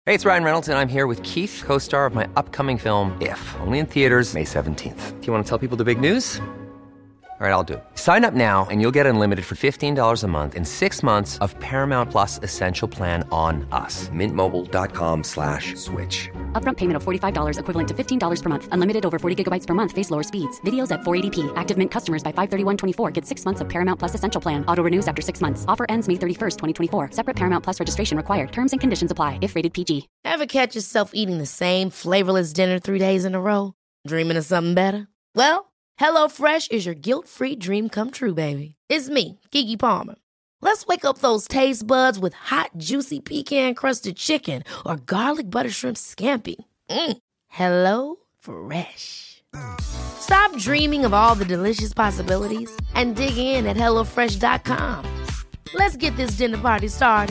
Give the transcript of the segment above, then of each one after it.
Hey, it's Ryan Reynolds, and I'm here with Keith, co-star of my upcoming film, If, only in theaters May 17th. Do you want to tell people the big news? All right, I'll do it. Sign up now and you'll get unlimited for $15 a month and 6 months of Paramount Plus Essential Plan on us. MintMobile.com/switch. Upfront payment of $45 equivalent to $15 per month. Unlimited over 40 gigabytes per month. Face lower speeds. Videos at 480p. Active Mint customers by 531.24 get 6 months of Paramount Plus Essential Plan. Auto renews after 6 months. Offer ends May 31st, 2024. Separate Paramount Plus registration required. Terms and conditions apply if rated PG. Ever catch yourself eating the same flavorless dinner 3 days in a row? Dreaming of something better? Well, HelloFresh is your guilt-free dream come true, baby. It's me, Keke Palmer. Let's wake up those taste buds with hot, juicy pecan-crusted chicken or garlic butter shrimp scampi. Hello Fresh. Stop dreaming of all the delicious possibilities and dig in at HelloFresh.com. Let's get this dinner party started.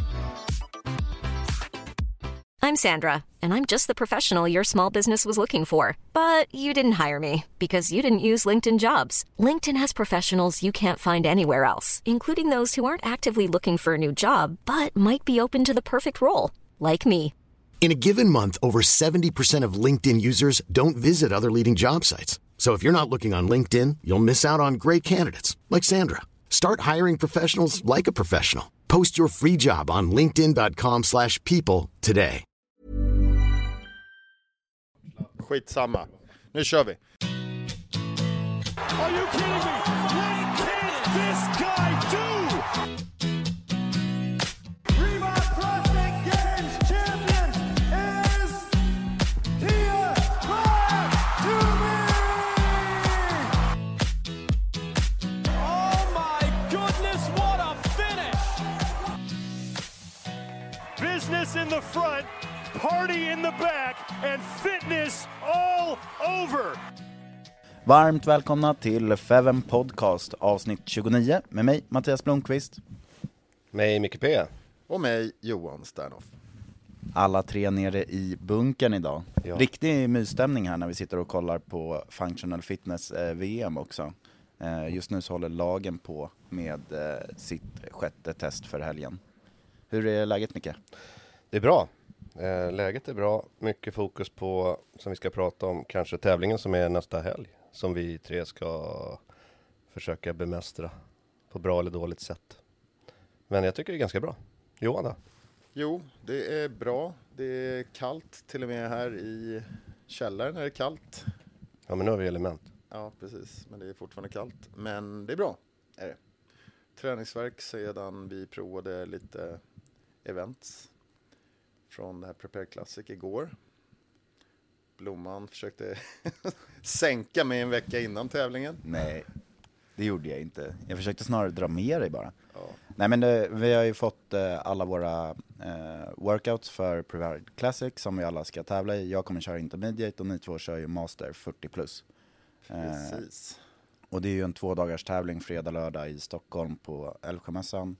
I'm Sandra, and I'm just the professional your small business was looking for. But you didn't hire me because you didn't use LinkedIn Jobs. LinkedIn has professionals you can't find anywhere else, including those who aren't actively looking for a new job, but might be open to the perfect role, like me. In a given month, over 70% of LinkedIn users don't visit other leading job sites. So if you're not looking on LinkedIn, you'll miss out on great candidates, like Sandra. Start hiring professionals like a professional. Post your free job on linkedin.com/people today. Skitsamma. Nu kör vi. Are you kidding me? What can this guy do? Reebok CrossFit Games champion is here back to me! Oh my goodness, what a finish! Business in the front, party in the back, and fitness all over. Varmt välkomna till Feven Podcast avsnitt 29 med mig Mattias Blomqvist. Mig Micke P. Och mig Johan Sternoff. Alla tre nere i bunkern idag. Ja. Riktig mysstämning här när vi sitter och kollar på Functional Fitness VM också. Just nu så håller lagen på med sitt sjätte test för helgen. Hur är läget, Micke? Det är bra. Läget är bra. Mycket fokus på, som vi ska prata om, kanske tävlingen som är nästa helg. Som vi tre ska försöka bemästra på bra eller dåligt sätt. Men jag tycker det är ganska bra. Johan då? Jo, det är bra. Det är kallt till och med här i källaren är det kallt. Ja, men nu har vi element. Ja, precis. Men det är fortfarande kallt. Men det är bra, är det. Träningsverk sedan vi provade lite events från det här Prepare Classic igår. Blomman försökte sänka mig en vecka innan tävlingen. Nej, det gjorde jag inte. Jag försökte snarare dra med dig bara. Ja. Nej, men vi har ju fått alla våra workouts för Prepare Classic som vi alla ska tävla i. Jag kommer köra Intermediate och ni två kör ju Master 40+. Precis. Och det är ju en 2 dagars tävling fredag-lördag i Stockholm på Älvsjömässan.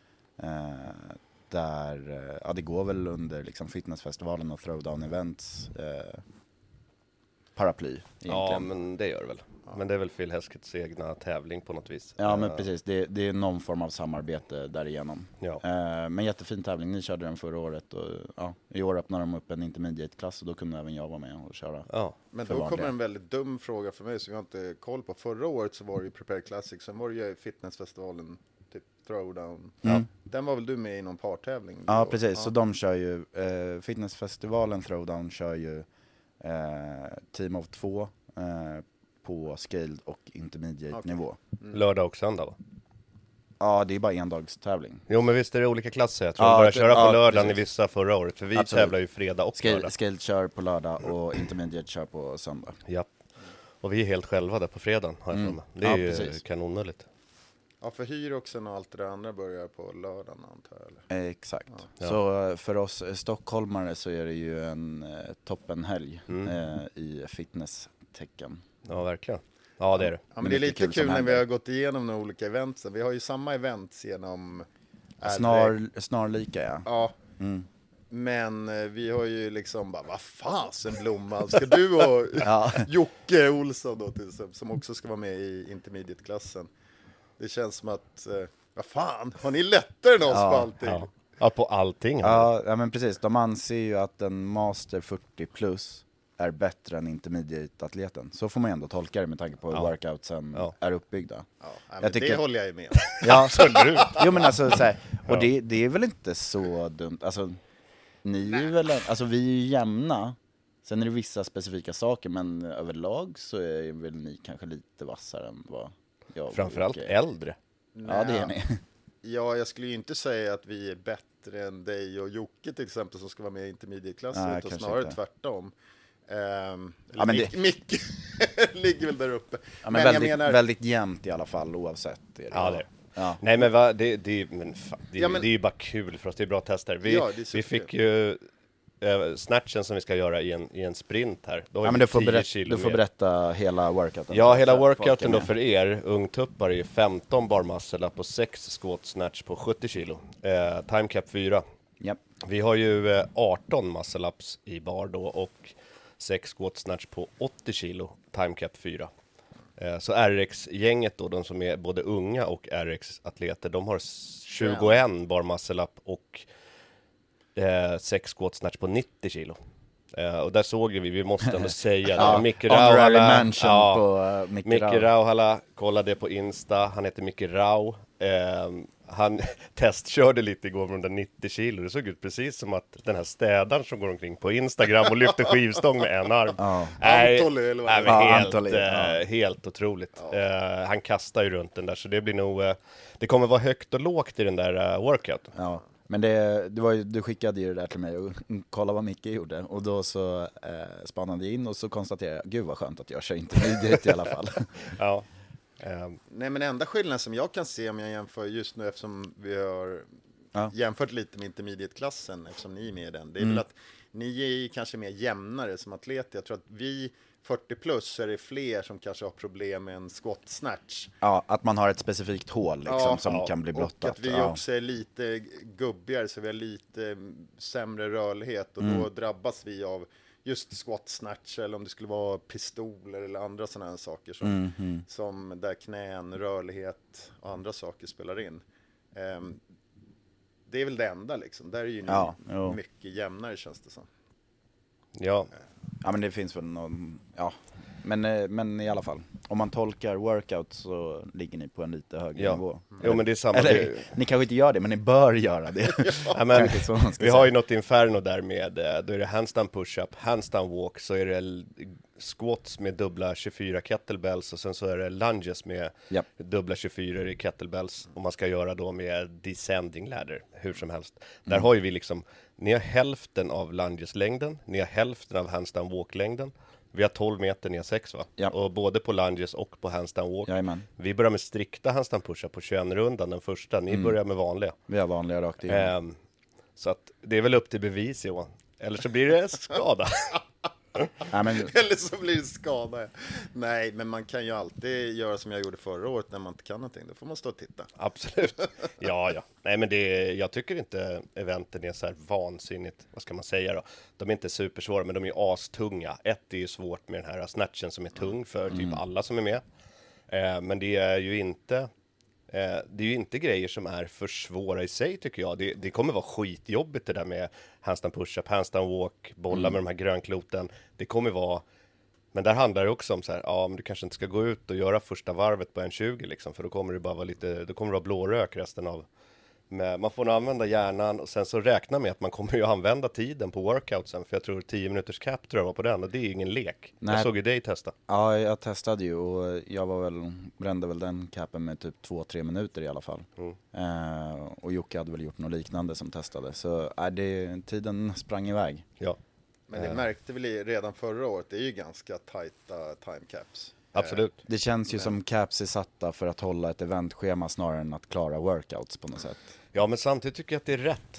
Där, ja, det går väl under liksom fitnessfestivalen och throwdown events paraply egentligen. Ja, men det gör det väl. Ja. Men det är väl Phil Heskets egna tävling på något vis. Ja, men precis. Det är någon form av samarbete därigenom. Ja. Men jättefin tävling. Ni körde den förra året och ja, i år öppnar de upp en intermediate-klass och då kunde även jag vara med och köra. Ja. Men då kommer en väldigt dum fråga för mig som jag inte koll på. Förra året så var det ju Prepare Classic, sen var det ju fitnessfestivalen typ Throwdown. Ja. Den var väl du med i någon partävling? Ja, precis. Ja. Så de kör ju fitnessfestivalen Throwdown kör ju team of 2 på scaled och intermediate nivå. Lördag och söndag, va? Ja, det är bara en dags tävling. Jo, men visst är det olika klasser. Jag tror de började köra på lördagen i vissa förra året. För vi tävlar ju fredag och lördag. Scaled kör på lördag och intermediate kör på söndag. Ja. Och vi är helt själva där på fredagen, har jag för mig. Det är ju kanonmöjligt. Ja, för hyroxen och allt det andra börjar på lördagen, antar jag. Eller? Exakt. Ja. Så för oss stockholmare så är det ju en toppenhelg i fitnesstecken. Ja, verkligen. Ja, det är det. Ja, men det är lite kul när vi har gått igenom några olika events. Vi har ju samma events genom snarlika, ja. Ja. Men vi har ju liksom bara, vad fasen Blomman, ska du och Jocke Olsson då, som också ska vara med i intermediate-klassen. Det känns som att, vad fan, har ni lättare än oss på allting? Ja. Ja, på allting. Ja, men precis. De anser ju att en master 40 plus är bättre än intermediate-atleten. Så får man ändå tolka det med tanke på hur workoutsen är uppbyggda. Ja, men det håller jag ju med. Ja, absolut. Jo, men alltså så här, och det är väl inte så dumt. Alltså, ni är väl, alltså vi är ju jämna. Sen är det vissa specifika saker, men överlag så är väl ni kanske lite vassare än vad jag. Framförallt äldre. Ja, det är ni. Ja, jag skulle ju inte säga att vi är bättre än dig och Jocke till exempel som ska vara med i intermediate-klassen, utan snarare inte. Tvärtom. Micke ligger väl där uppe. Ja, men väldigt, jag menar... väldigt jämnt i alla fall, oavsett. Är det. Ja, det är. Ja. Nej, men det är ju bara kul för oss, det är bra tester. Vi fick ju snatchen som vi ska göra i en sprint här. Då men du får berätta hela workouten. Ja, hela workouten då för er ungtuppar är 15 bar muscle up och 6 squat snatch på 70 kilo. Time cap 4. Yep. Vi har ju 18 muscle ups i bar då och 6 squat snatch på 80 kilo. Time cap 4. Så RX-gänget då, de som är både unga och RX-atleter, de har 21 bar muscle up och 6 squat snatch på 90 kilo. Och där såg vi måste ändå säga det. Micke Rauhala kollade på Insta, han heter Micke Rau. Han testkörde lite igår med de 90 kilo. Det såg ut precis som att den här städaren som går omkring på Instagram och lyfter skivstång med en arm. Helt otroligt. Han kastar ju runt den där, så det blir nog det kommer vara högt och lågt i den där workouten. Ja. Men det var ju, du skickade ju det där till mig och kolla vad Micke gjorde. Och då så spanade jag in och så konstaterade jag, gud vad skönt att jag kör intermediate i alla fall. Ja. Nej, men enda skillnaden som jag kan se om jag jämför just nu, eftersom vi har jämfört lite med intermediate-klassen, eftersom ni är med i den, det är väl att ni är kanske mer jämnare som atleter. Jag tror att vi 40 plus är det fler som kanske har problem med en squat snatch. Ja, att man har ett specifikt hål liksom, som kan bli blottat. Och att vi också är lite gubbigare, så vi har lite sämre rörlighet och då drabbas vi av just squat snatch, eller om det skulle vara pistoler eller andra sådana här saker som där knän, rörlighet och andra saker spelar in. Det är väl det enda liksom. Där är ju mycket jämnare, känns det som. Ja, men det finns väl någon, men i alla fall, om man tolkar workout så ligger ni på en lite högre nivå. Jo, men det är samma. Ni kanske inte gör det, men ni bör göra det. Men, vi har ju något inferno där med, då är det handstand push-up, handstand walk, så är det squats med dubbla 24 kettlebells och sen så är det lunges med dubbla 24 i kettlebells, och man ska göra då med descending ladder, hur som helst. Där har ju vi liksom, ni har hälften av lunges-längden, ni har hälften av handstand walk-längden. Vi har 12 meter, ni har 6 va? Ja. Och både på lunges och på handstand walk. Jajamän. Vi börjar med strikta handstand push-up på 21-rundan, den första. Ni börjar med vanliga. Vi har vanliga rakt in. Så att det är väl upp till bevis, Johan. Eller så blir det skada. Eller så blir det skada. Nej, men man kan ju alltid göra som jag gjorde förra året när man inte kan någonting. Då får man stå och titta. Absolut. Ja. Nej, men jag tycker inte eventen är så här vansinnigt. Vad ska man säga då? De är inte supersvåra, men de är astunga. Ett är ju svårt med den här snatchen som är tung för typ alla som är med. Men det är ju inte... det är ju inte grejer som är för svåra i sig, tycker jag. Det kommer vara skitjobbigt det där med handstand push-up, handstand walk, bolla med de här grönkloten. Det kommer vara... Men där handlar det också om så här, men du kanske inte ska gå ut och göra första varvet på 1.20 liksom, för då kommer det bara vara då kommer det vara blårök resten av... Man får nog använda hjärnan, och sen så räkna med att man kommer ju använda tiden på workoutsen, för jag tror 10 minuters cap tror jag var på den, och det är ingen lek. Nej. Jag såg ju dig testa. Ja, jag testade ju, och jag brände väl den capen med typ 2-3 minuter i alla fall. Och Jocke hade väl gjort något liknande som testade, så tiden sprang iväg. Ja. Men det märkte vi redan förra året, det är ju ganska tajta time caps. Absolut. Det känns ju som caps är satta för att hålla ett eventschema snarare än att klara workouts på något sätt. Ja, men samtidigt tycker jag att det är rätt.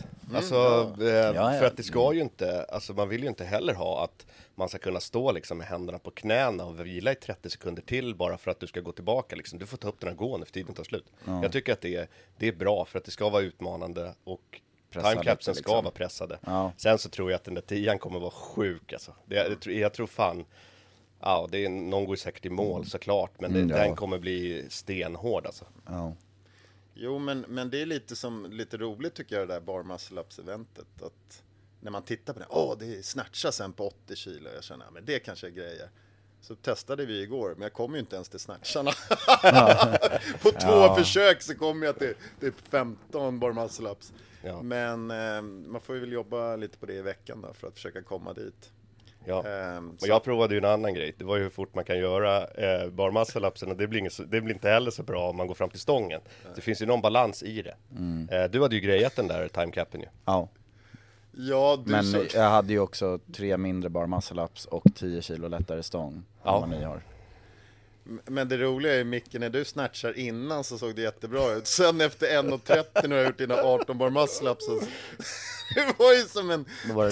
För att det ska ju inte, alltså man vill ju inte heller ha att man ska kunna stå liksom med händerna på knäna och vila i 30 sekunder till bara för att du ska gå tillbaka liksom. Du får ta upp den här gående för tiden tar slut. Jag tycker att det är bra, för att det ska vara utmanande och timecapsen ska vara pressade. Sen så tror jag att den där 10 kommer vara sjuk alltså. Jag tror fan... Ja, någon går säkert i mål såklart, men den kommer bli stenhård alltså. Jo, men det är lite roligt tycker jag det där bar muscle ups eventet. Att när man tittar på det, det är snatcha sen på 80 kilo. Jag känner, men det kanske är grejer. Så testade vi igår, men jag kom ju inte ens till snatcharna. På 2 försök så kom jag till typ 15 bar muscle ups. Ja. Men man får ju väl jobba lite på det i veckan då, för att försöka komma dit. Ja, och jag provade ju en annan grej. Det var ju hur fort man kan göra bar muscle upsen, och det blir inte heller så bra om man går fram till stången. Det finns ju någon balans i det. Du hade ju grejat den där timecapen ju. Ja. Ja, men jag hade ju också 3 mindre bar muscle ups och 10 kilo lättare stång än vad ni har. Men det roliga är, Micke, när du snatchar innan så såg det jättebra ut. Sen efter 1.30 när du har gjort dina 18 bar muscle ups, det var ju som en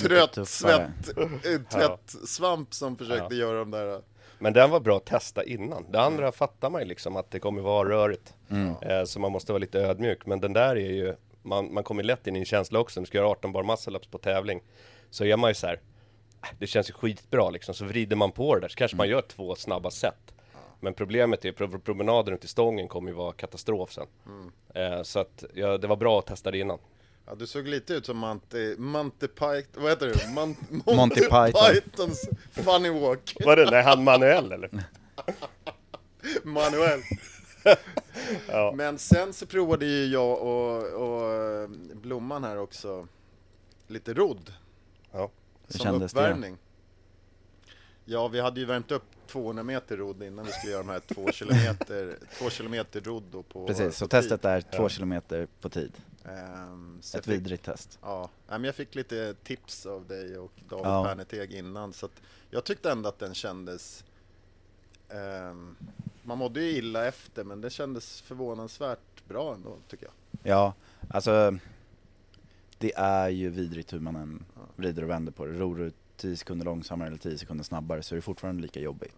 trött svamp som försökte göra de där. Men den var bra att testa innan. Det andra fattar man ju liksom att det kommer vara rörigt. Så man måste vara lite ödmjuk. Men den där är ju, man kommer lätt in i en känsla också. När du ska göra 18 bar muscle ups på tävling, så är man ju så här, det känns ju skitbra liksom. Så vrider man på det där, så kanske man gör 2 snabba set. Men problemet är promenaden ut i stången kommer ju vara katastrof sen. Så att det var bra att testa det innan. Ja, du såg lite ut som Monty Python. Vad heter det? Monty Pythons funny walk. Var det han Manuel eller? Manuel. Ja. Men sen så provade ju jag och Blomman här också lite rodd. Ja. Som uppvärmning. Det? Ja, vi hade ju värmt upp 200 meter rodd innan vi skulle göra de här 2 kilometer rodd då på. Precis, så testet är 2 kilometer på tid. Ett vidrigt test. Ja, men jag fick lite tips av dig och David Perneteg innan, så att jag tyckte ändå att den kändes man mådde ju illa efter, men det kändes förvånansvärt bra ändå, tycker jag. Ja, alltså det är ju vidrigt hur man än vrider och vänder på det. Ror du 10 sekunder långsammare eller 10 sekunder snabbare så är det fortfarande lika jobbigt.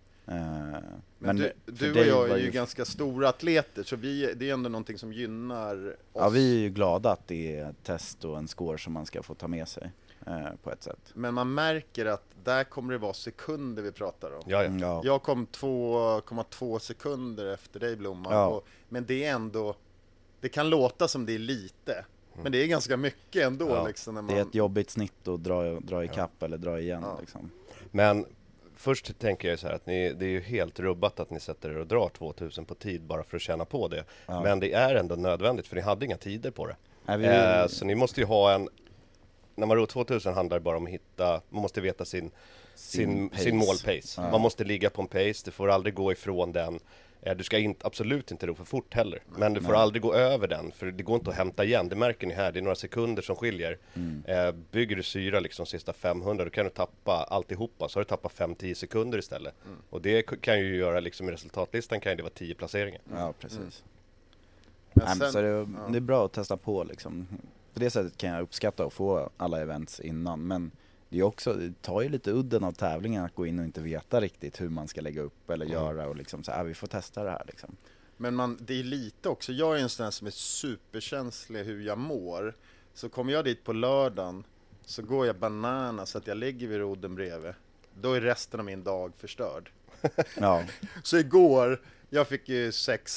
Men du och jag är ju ganska stora atleter, så det är ändå någonting som gynnar oss. Ja, vi är ju glada att det är ett test och en score som man ska få ta med sig på ett sätt. Men man märker att där kommer det vara sekunder vi pratar om. Ja. Jag kom 2,2 sekunder efter dig, Blomman. Men det är ändå, det kan låta som det är lite, men det är ganska mycket ändå. Liksom, när man... Det är ett jobbigt snitt att dra i kapp eller dra igen. Liksom. Men först tänker jag så här att det är ju helt rubbat att ni sätter er och drar 2000 på tid bara för att tjäna på det. Men det är ändå nödvändigt, för ni hade inga tider på det. Så ni måste ju ha när man ror 2000 handlar det bara om att hitta, man måste veta sin målpace. Man måste ligga på en pace, det får aldrig gå ifrån den. Du ska absolut inte ro för fort heller. Men du får aldrig gå över den, för det går inte att hämta igen. Det märker ni här, det är några sekunder som skiljer. Bygger du syra liksom sista 500, då kan du tappa alltihopa. Så har du tappat 5-10 sekunder istället. Och det kan ju göra liksom i resultatlistan kan det vara 10 placeringar. Ja, precis. Men så det är bra att testa på liksom. På det sättet kan jag uppskatta att få alla events innan. Men det tar ju lite udden av tävlingen att gå in och inte veta riktigt hur man ska lägga upp eller göra, och liksom så vi får testa det här liksom. Men det är lite också, jag är en sån här som är superkänslig hur jag mår. Så kommer jag dit på lördagen så går jag banana så att jag ligger vid rodden bredvid. Då är resten av min dag förstörd. Ja. Så igår, jag fick ju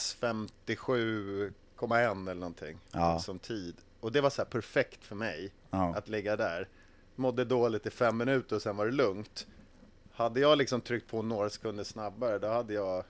6:57,1 eller någonting som tid. Och det var så här perfekt för mig att ligga där. Mådde dåligt i 5 minuter och sen var det lugnt. Hade jag liksom tryckt på några sekunder snabbare, då hade jag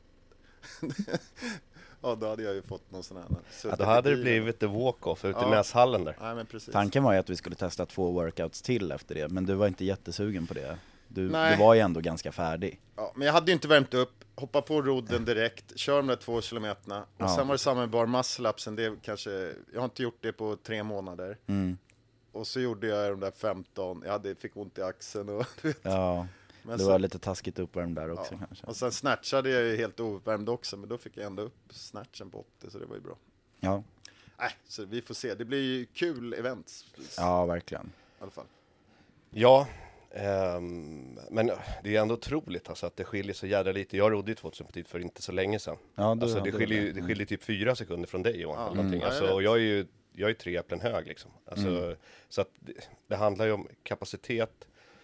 då hade jag ju fått någon sån här. Då hade det blivit the walk-off ute i mäshallen där. Ja, men precis. Tanken var ju att vi skulle testa 2 workouts till efter det, men du var inte jättesugen på det. Du var ju ändå ganska färdig. Ja, men jag hade ju inte värmt upp. Hoppa på rodden direkt, kör de där 2 kilometerna. Och sen var det samma med bar muscle-upsen. Jag har inte gjort det på 3 månader. Och så gjorde jag de där 15. Jag fick ont i axeln. Och, men det var lite taskigt uppvärmd där också kanske. Och sen snatchade jag ju helt uppvärmd också. Men då fick jag ändå upp snatchen på 80, så det var ju bra. Ja. Så vi får se. Det blir ju kul events. Ja, verkligen. I alla fall. Ja, men det är ändå otroligt alltså, att det skiljer så jävla lite. Jag rodde ju 2000 på tid för inte så länge sedan. Alltså, det skiljer typ 4 sekunder från dig, Johan. Eller någonting. Alltså, och jag är 3 äpplen hög liksom. Alltså, så att det handlar ju om kapacitet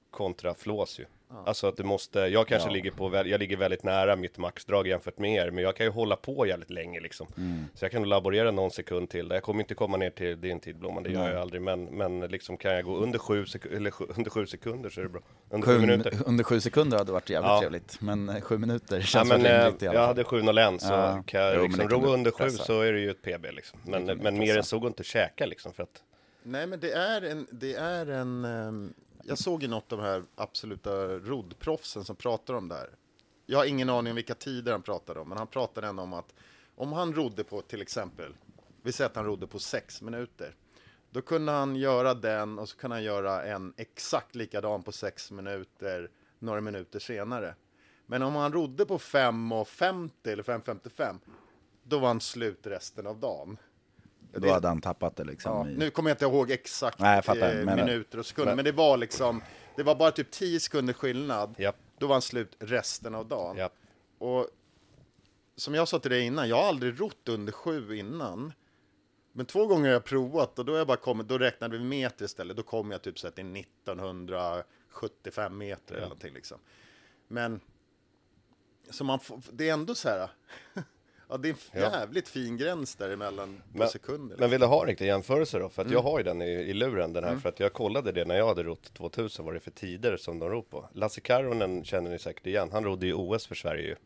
kontra flås ju. Alltså att du måste, jag kanske jag ligger väldigt nära mitt maxdrag jämfört med er, men jag kan ju hålla på jävligt länge liksom. Så jag kan laborera någon sekund till. Jag kommer inte komma ner till din tid, Blomman, det gör jag aldrig, men liksom kan jag gå under 7 sekunder så är det bra. Under 7 minuter. Under 7 sekunder hade varit jävligt trevligt, men 7 minuter känns rimligt i alla fall. Jag hade 7:01 så kan jag liksom ro under 7 så är det ju ett PB liksom. Men mer än så går inte att käka liksom för att... Nej, men det är en jag såg ju något av de här absoluta roddproffsen som pratar om det här. Jag har ingen aning om vilka tider han pratade om, men han pratade ändå om att om han rodde på till exempel, vi säger att han rodde på 6 minuter, då kunde han göra den och så kunde han göra en exakt likadan på 6 minuter några minuter senare. Men om han rodde på 5:50 eller 5:55, då var han slut resten av dagen. Då hade han tappat det liksom. Nu kommer jag inte ihåg exakt minuter och sekunder, men det var liksom, det var bara typ 10 sekunder skillnad. Yep. Då var han slut resten av dagen. Yep. Och som jag sa till dig innan, jag har aldrig rott under 7 innan. Men 2 gånger har jag provat och då har jag bara kommit, då räknade vi meter istället. Då kom jag typ så att det är 1975 meter eller någonting liksom. Men så man det är ändå så här. Ja, det är en jävligt fin gräns däremellan på sekunder. Men vill du ha riktiga jämförelser då? För att jag har ju den i luren den här. För att jag kollade det när jag hade rott 2000, vad det för tider som de rod på. Lasse Karvonen känner ni säkert igen. Han rodde ju OS för Sverige ju.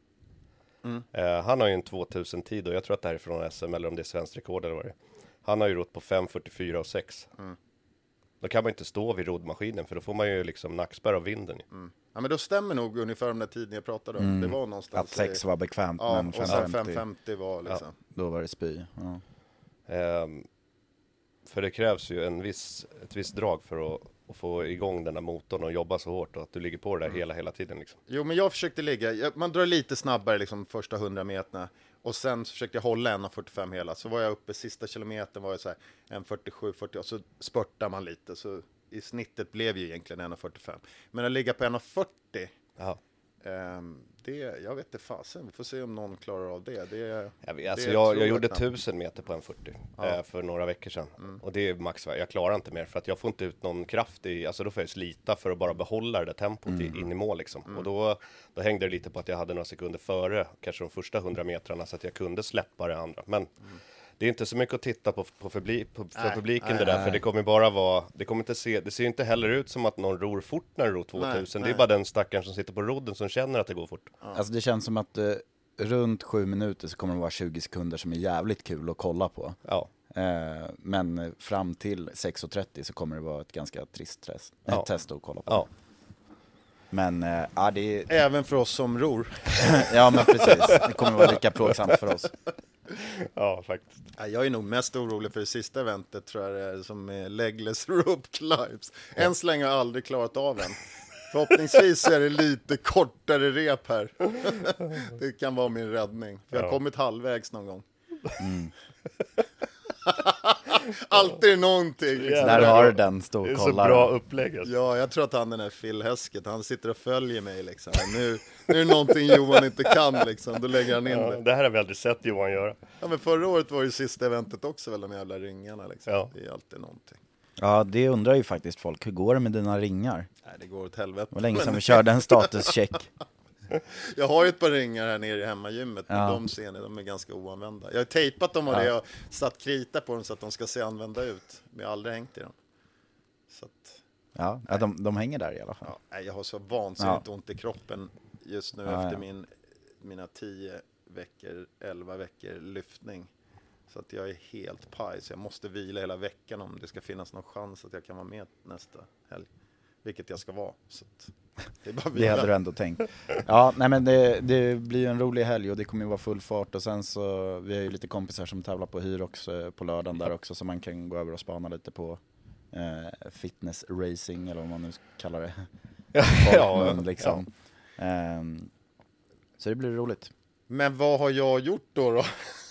Han har ju en 2000-tid och jag tror att det här är från SM eller om det är svensk rekord eller vad det är. Han har ju rott på 5:44 och 6. Då kan man inte stå vid rodmaskinen för då får man ju liksom nackspärr av vinden. Ja, men då stämmer nog ungefär den där tiden jag pratade om. Det var någonstans... Att 6 var bekvämt, men 5:50 var liksom... Ja, då var det spy. Ja. För det krävs ju ett visst drag för att få igång den här motorn och jobba så hårt och att du ligger på det där hela tiden liksom. Jo, men jag försökte ligga... Man drar lite snabbare liksom första 100 meterna. Och sen försökte jag hålla 1:45 hela. Så var jag uppe sista kilometern var jag så här 1:47-40 och så spurtar man lite. Så i snittet blev ju egentligen 1:45. Men att ligga på 1:40, jag vet inte fasen. Vi får se om någon klarar av det. Jag gjorde 1000 meter på 1:40 för några veckor sedan. Och det är max. Jag klarar inte mer för att jag får inte ut någon kraft i, alltså då får jag slita för att bara behålla det där tempot in i mål liksom. Och då hängde det lite på att jag hade några sekunder före kanske de första 100 metrarna så att jag kunde släppa det andra. Men det är inte så mycket att titta på för publiken det där, för det kommer bara vara, det ser inte heller ut som att någon ror fort när det ror 2000. Det är bara den stackaren som sitter på rodden som känner att det går fort. Alltså det känns som att runt 7 minuter så kommer det vara 20 sekunder som är jävligt kul att kolla på. Ja. Men fram till 6:30 så kommer det vara ett ganska trist test att kolla på. Ja. Men det är... Även för oss som ror. Ja, men precis. Det kommer vara lika plågsamt för oss. Ja, faktiskt. Jag är nog mest orolig för det sista eventet, tror jag det är, som är legless rope climbs. Än så länge har jag aldrig klarat av en. Förhoppningsvis är det lite kortare rep här. Det kan vara min räddning. För jag har kommit halvvägs någon gång. Alltid någonting liksom. Där har den stå och kollar. kollar. Det är så bra upplägg alltså. Ja, jag tror att han den här Phil Hesketh, han sitter och följer mig liksom. Nu är det någonting Johan inte kan liksom. Då lägger han in det. Det här har vi aldrig sett Johan göra. Ja, men förra året var ju sista eventet också väl, de jävla ringarna liksom. Ja. Det är alltid någonting. Ja, det undrar ju faktiskt folk. Hur går det med dina ringar? Nej, det går åt helvete. Det var länge sedan vi körde en statuscheck. Jag har ju ett par ringar här nere i hemmagymmet, men de ser ni, de är ganska oanvända. Jag har tejpat dem och det, jag satt krita på dem så att de ska se använda ut, men jag har aldrig hängt i dem. Så att, de hänger där i alla fall. Ja, jag har så vansinnigt ont i kroppen just nu efter mina 10 veckor, 11 veckor lyftning. Så att jag är helt paj, så jag måste vila hela veckan om det ska finnas någon chans att jag kan vara med nästa helg. Vilket jag ska vara. Så att det hade du ändå tänkt. Ja, nej, men det blir en rolig helg och det kommer ju vara full fart. Och sen så, vi har ju lite kompisar som tävlar på Hyrox på lördagen där också. Så man kan gå över och spana lite på fitness racing eller vad man nu kallar det. Liksom. Så det blir roligt. Men vad har jag gjort då?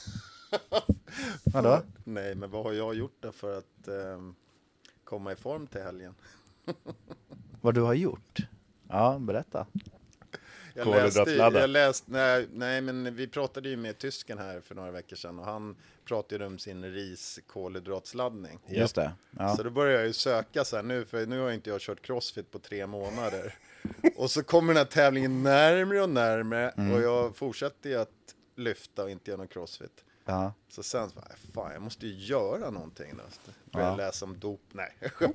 Vadå? Nej, men vad har jag gjort då för att komma i form till helgen? Vad du har gjort? Ja, berätta. kolhydratladdad. Nej, men vi pratade ju med tysken här för några veckor sedan och han pratade om sin kolhydratsladdning. Just det. Ja. Så då börjar jag ju söka så här nu, för nu har inte jag kört crossfit på 3 månader. Och så kommer den här tävlingen närmare och närmare och jag fortsätter ju att lyfta och inte göra någon crossfit. Ja. Så sen så fan, jag måste ju göra någonting då. Började läsa om dop. Nej.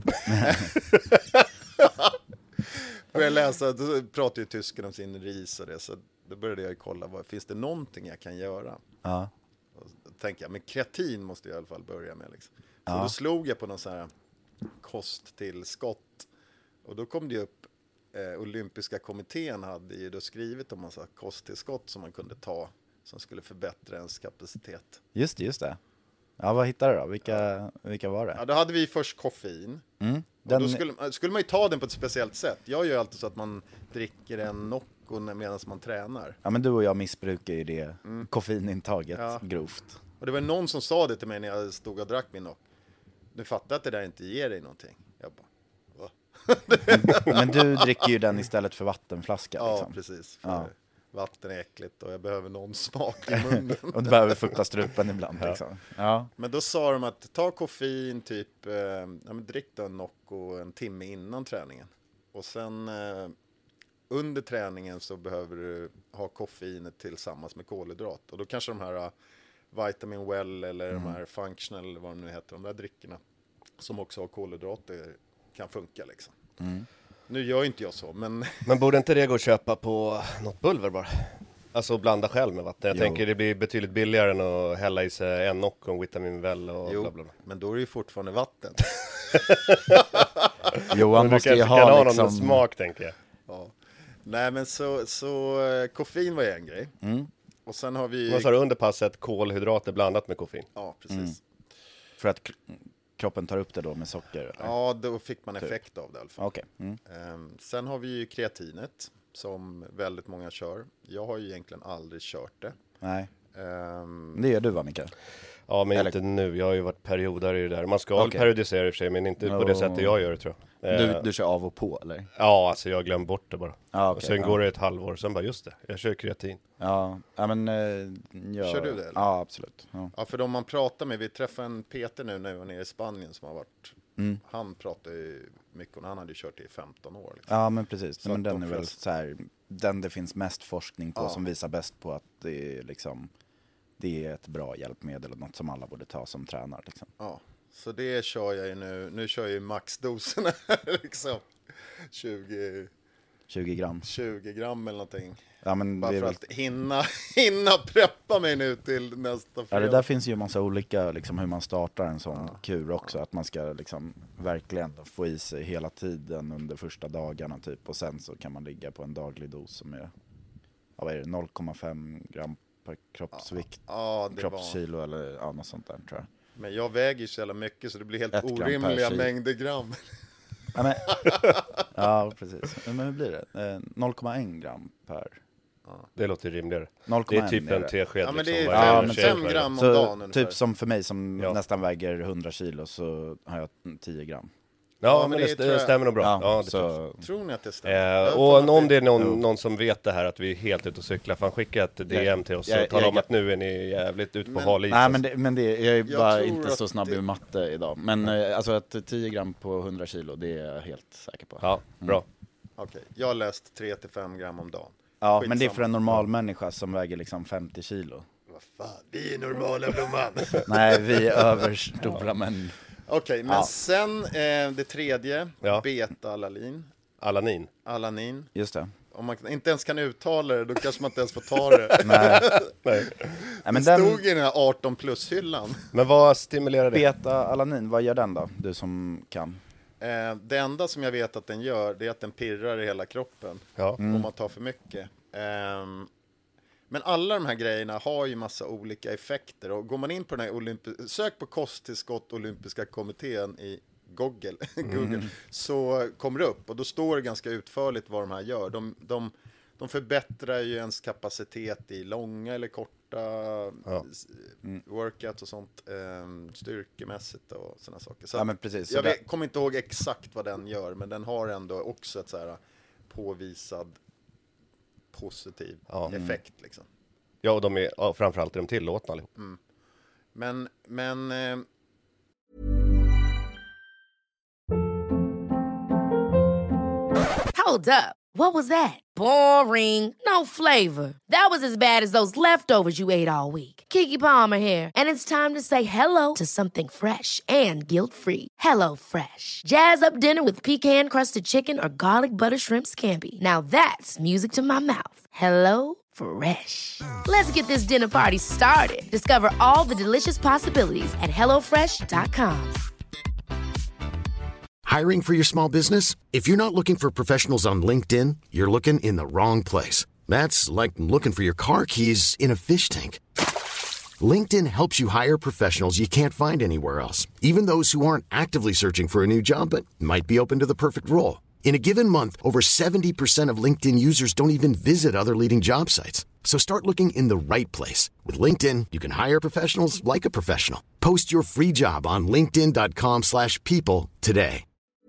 Började läsa, då pratade ju tysken om sin ris och det, så då började jag kolla, finns det någonting jag kan göra? Ja. Och då tänkte jag, men kreatin måste jag i alla fall börja med liksom. Så då slog jag på någon sån här kosttillskott och då kom det upp olympiska kommittén hade ju då skrivit om massa kosttillskott som man kunde ta som skulle förbättra ens kapacitet. Just det. Ja, vad hittade du då? Vilka var det? Ja, då hade vi först koffein. Och då skulle man ju ta den på ett speciellt sätt. Jag gör alltid så att man dricker en Nocco medan man tränar. Ja, men du och jag missbrukar ju det koffeinintaget grovt. Och det var någon som sa det till mig när jag stod och drack min Nocco. Du fattar att det där inte ger dig någonting. Jag bara, va? Men du dricker ju den istället för vattenflaska. Ja, liksom. precis. Vatten är äckligt och jag behöver någon smak i munnen. Och du behöver fukta strupen ibland. Liksom. Ja. Men då sa de att ta koffein typ, drick då en Nocco en timme innan träningen. Och sen under träningen så behöver du ha koffeinet tillsammans med kolhydrat. Och då kanske de här Vitamin Well eller de här Functional eller vad de nu heter, de där dryckerna som också har kolhydrater kan funka liksom. Nu gör inte jag så, men... Men borde inte det gå att köpa på något pulver bara? Alltså blanda själv med vatten. Jag tänker det blir betydligt billigare än att hälla i sig en Nocco, en Vitamin Well och bla bla bla. Men då är det ju fortfarande vatten. Johan måste ju ha liksom... någon smak, tänker jag. Ja. Nej, men så koffein var ju en grej. Och sen har vi... Vad sa du, under passet kolhydrater blandat med koffein? Ja, precis. För att kroppen tar upp det då med socker? Eller? Ja, då fick man effekt av det i alla fall. Okay. Sen har vi ju kreatinet som väldigt många kör. Jag har ju egentligen aldrig kört det. Nej. Det gör du, va, Mikael? Ja, men inte nu. Jag har ju varit periodare i det där. Man ska periodisera i sig, men inte på det sättet jag gör det, tror jag. Du kör av och på, eller? Ja, alltså jag glömmer bort det bara. Okay, och sen går det ett halvår, sen bara just det. Jag kör kreatin. Ja, men... Kör du det, eller? Ja, absolut. Ja, för de man pratar med, vi träffade en Peter nu när vi var nere i Spanien som har varit... Han pratar ju mycket och han hade ju kört det i 15 år. Liksom. Ja, men precis. Men den är väl så här, den det finns mest forskning på som visar bäst på att det är liksom... Det är ett bra hjälpmedel och något som alla borde ta som tränar. Liksom. Ja, så det kör jag ju nu. Nu kör jag ju maxdoserna liksom. 20 gram. 20 gram eller någonting. Ja, men bara för att hinna preppa mig nu till nästa fredag. Ja, det där finns ju en massa olika, liksom, hur man startar en sån kur också. Att man ska liksom verkligen få i sig hela tiden under första dagarna typ. Och sen så kan man ligga på en daglig dos som är, vad är det, 0,5 gram per kroppsvikt, kroppskilo eller något sånt där, tror jag. Men jag väger ju så jävla mycket så det blir helt orimliga mängder gram. Ja, precis. Men hur blir det? 0,1 gram per... Det låter rimligare. 0,1 det är typ en tesked. Ja, men det är 5 gram om dagen ungefär. Typ som för mig som nästan väger 100 kilo så har jag 10 gram. Ja, men det stämmer nog bra. Ja, tror ni att det stämmer? Och om det är någon som vet det här att vi är helt ute och cyklar, fan skicka ett DM till oss och tala om att nu är ni jävligt ute på hal is. Nej, men jag är bara inte så snabb i matte idag. Men alltså att 10 gram på 100 kilo, det är jag helt säker på. Ja, bra. Okej, jag har läst 3-5 gram om dagen. Ja, men det är för en normal människa som väger liksom 50 kilo. Vad fan, vi är normala, Blomman. Nej, vi är överstora män. Okej, men sen det tredje, beta-alanin. Alanin. Just det. Om man inte ens kan uttala det, då kanske man inte ens får ta det. Nej, men det stod i den här 18 plus-hyllan. Men vad stimulerar det? Beta-alanin, vad gör den då? Du som kan. Det enda som jag vet att den gör, det är att den pirrar i hela kroppen. Om man tar för mycket. Men alla de här grejerna har ju massa olika effekter. Och går man in på den här sök på kosttillskott olympiska kommittén i Google så kommer det upp. Och då står det ganska utförligt vad de här gör. De förbättrar ju ens kapacitet i långa eller korta workouts och sånt. Styrkemässigt och sådana saker. Så men precis. Jag kommer inte ihåg exakt vad den gör. Men den har ändå också ett så här positiv effekt liksom. Ja, och de är framförallt är de tillåtna allihop. Men Hold up. What was that? Boring. No flavor. That was as bad as those leftovers you ate all week. Keke Palmer here, and it's time to say hello to something fresh and guilt-free. Hello Fresh. Jazz up dinner with pecan-crusted chicken or garlic butter shrimp scampi. Now that's music to my mouth. Hello Fresh. Let's get this dinner party started. Discover all the delicious possibilities at hellofresh.com. Hiring for your small business? If you're not looking for professionals on LinkedIn, you're looking in the wrong place. That's like looking for your car keys in a fish tank. LinkedIn helps you hire professionals you can't find anywhere else, even those who aren't actively searching for a new job but might be open to the perfect role. In a given month, over 70% of LinkedIn users don't even visit other leading job sites. So start looking in the right place. With LinkedIn, you can hire professionals like a professional. Post your free job on linkedin.com/people today.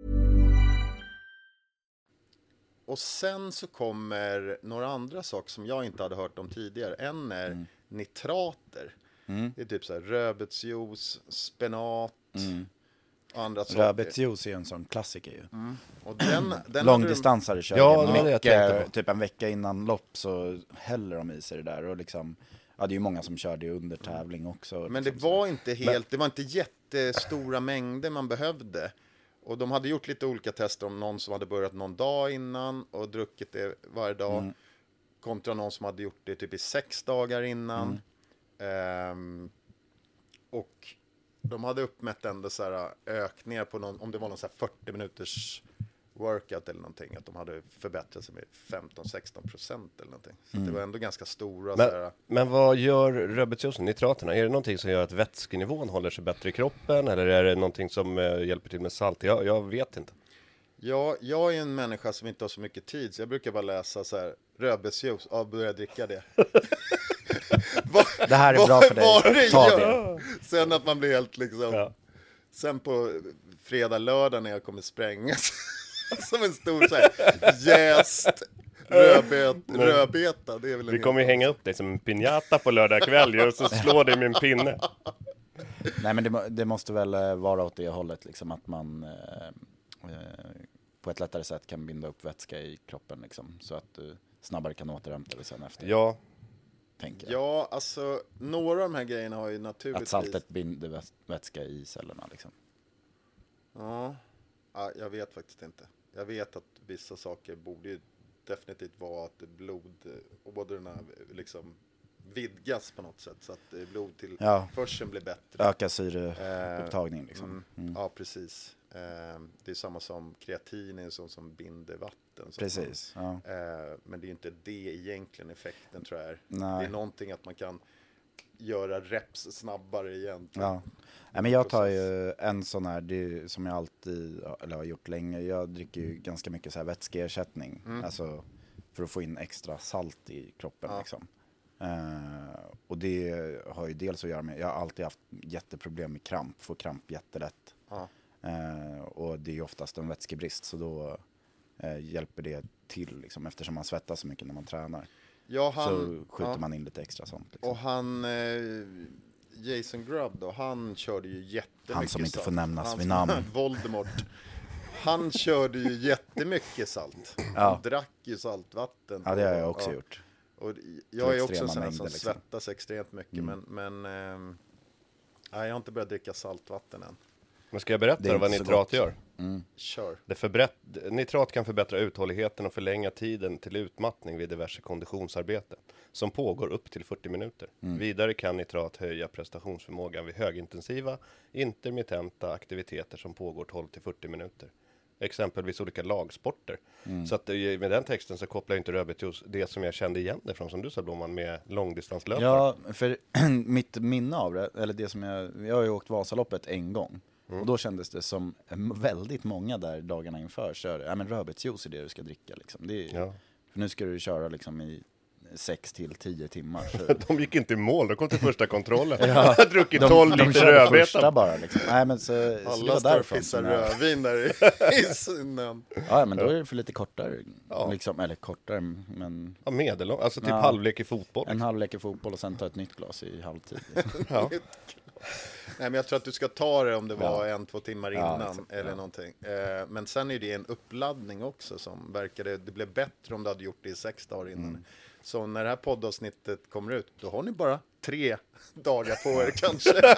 Och sen så kommer några andra saker som jag inte hade hört om tidigare. En är nitrater. Det är typ så här rödbetsjuice, spenat och andra saker. Rödbetsjuice är ju en sån klassiker ju. Och den Långdistansare kör typ en vecka innan lopp så häller de i sig det där. Och liksom, ja, det är ju många som kör det under tävling också. Men liksom, det var inte helt, det var inte jättestora mängder man behövde. Och de hade gjort lite olika tester om någon som hade börjat någon dag innan och druckit det varje dag. Kontra någon som hade gjort det typ i 6 dagar innan. Och de hade uppmätt ändå så här ökningar på någon, om det var någon så här 40 minuters workout eller någonting. Att de hade förbättrat sig med 15-16% eller någonting. Så det var ändå ganska stora. Men vad gör rödbetsjuicen, nitraterna? Är det någonting som gör att vätskenivån håller sig bättre i kroppen? Eller är det någonting som hjälper till med salt? Jag vet inte. Ja, jag är en människa som inte har så mycket tid. Så jag brukar bara läsa så här, rödbetsjuice, börja dricka det. Det här är bra för dig, ta det. Sen att man blir helt liksom... Sen på fredag, lördag när jag kommer sprängas som en stor så här jäst rödbeta. Det är väl vi kommer ju hänga upp dig som en piñata på lördag kväll och så slår det med en pinne. Nej, men det måste väl vara åt det hållet liksom, att man på ett lättare sätt kan binda upp vätska i kroppen liksom, så att du snabbare kan återhämta dig sen efter. Ja. Ja, alltså några av de här grejerna har ju naturligtvis... Att saltet binder vätska i cellerna liksom. Ja, jag vet faktiskt inte. Jag vet att vissa saker borde ju definitivt vara att blodådrorna liksom vidgas på något sätt. Så att blod till förseln blir bättre. Öka syreupptagning liksom. Ja, precis. Det är samma som kreatin är sånt som binder vatten. Precis. Ja. Men det är ju inte det egentligen effekten tror jag är. Nej. Det är någonting att man kan göra reps snabbare egentligen. Ja. Men jag tar ju en sån här, det som jag alltid har gjort länge. Jag dricker ju ganska mycket så här vätskeersättning. Alltså för att få in extra salt i kroppen liksom. Och det har ju dels att göra med, jag har alltid haft jätteproblem med kramp, får kramp jättelätt. Och det är ju oftast en vätskebrist, så då hjälper det till liksom, eftersom man svettas så mycket när man tränar. Så skjuter man in lite extra sånt. Liksom. Och han, Jason Grubb då, han körde ju jättemycket. Han som inte salt. får nämnas vid namn. Voldemort. Han körde ju jättemycket salt. Han drack ju saltvatten. Ja, det har jag också gjort. Och jag är också en sån här mängder, som liksom. svettas extremt mycket. Men jag har inte börjat dricka saltvatten än. Men ska jag berätta vad nitrat gör? Kör. Nitrat kan förbättra uthålligheten och förlänga tiden till utmattning vid diverse konditionsarbete som pågår upp till 40 minuter. Vidare kan nitrat höja prestationsförmågan vid högintensiva, intermittenta aktiviteter som pågår 12 till 40 minuter. Exempelvis olika lagsporter. Så att med den texten så kopplar jag inte rödbetsjuice det som jag kände igen det från, som du sa Blomman, med långdistanslöpare. Ja, för mitt minne av det, eller det som jag har ju åkt Vasaloppet en gång. Och då kändes det som väldigt många där dagarna inför kör, men rödbetsjuice är det du ska dricka liksom. Det är, för nu ska du köra liksom i 6 till 10 timmar. Så. De gick inte i mål, de kom till första kontrollen. Jag har druckit 12 de liter körde rödbeta. första bara liksom. Nej, men så Alla står och pissar rödvin där i snön. Ja, men då är det för lite kortare liksom, eller kortare, men Ja, medellång, alltså typ halvlek i fotboll. En halvlek i fotboll och sen ta ett nytt glas i halvtid. Ja. Nej, men jag tror att du ska ta det om det var 1-2 timmar innan exakt, eller någonting. Men sen är det en uppladdning också som verkade, det blev bättre om du hade gjort det i 6 dagar innan. Så när det här poddavsnittet kommer ut, då har ni bara 3 dagar på er kanske.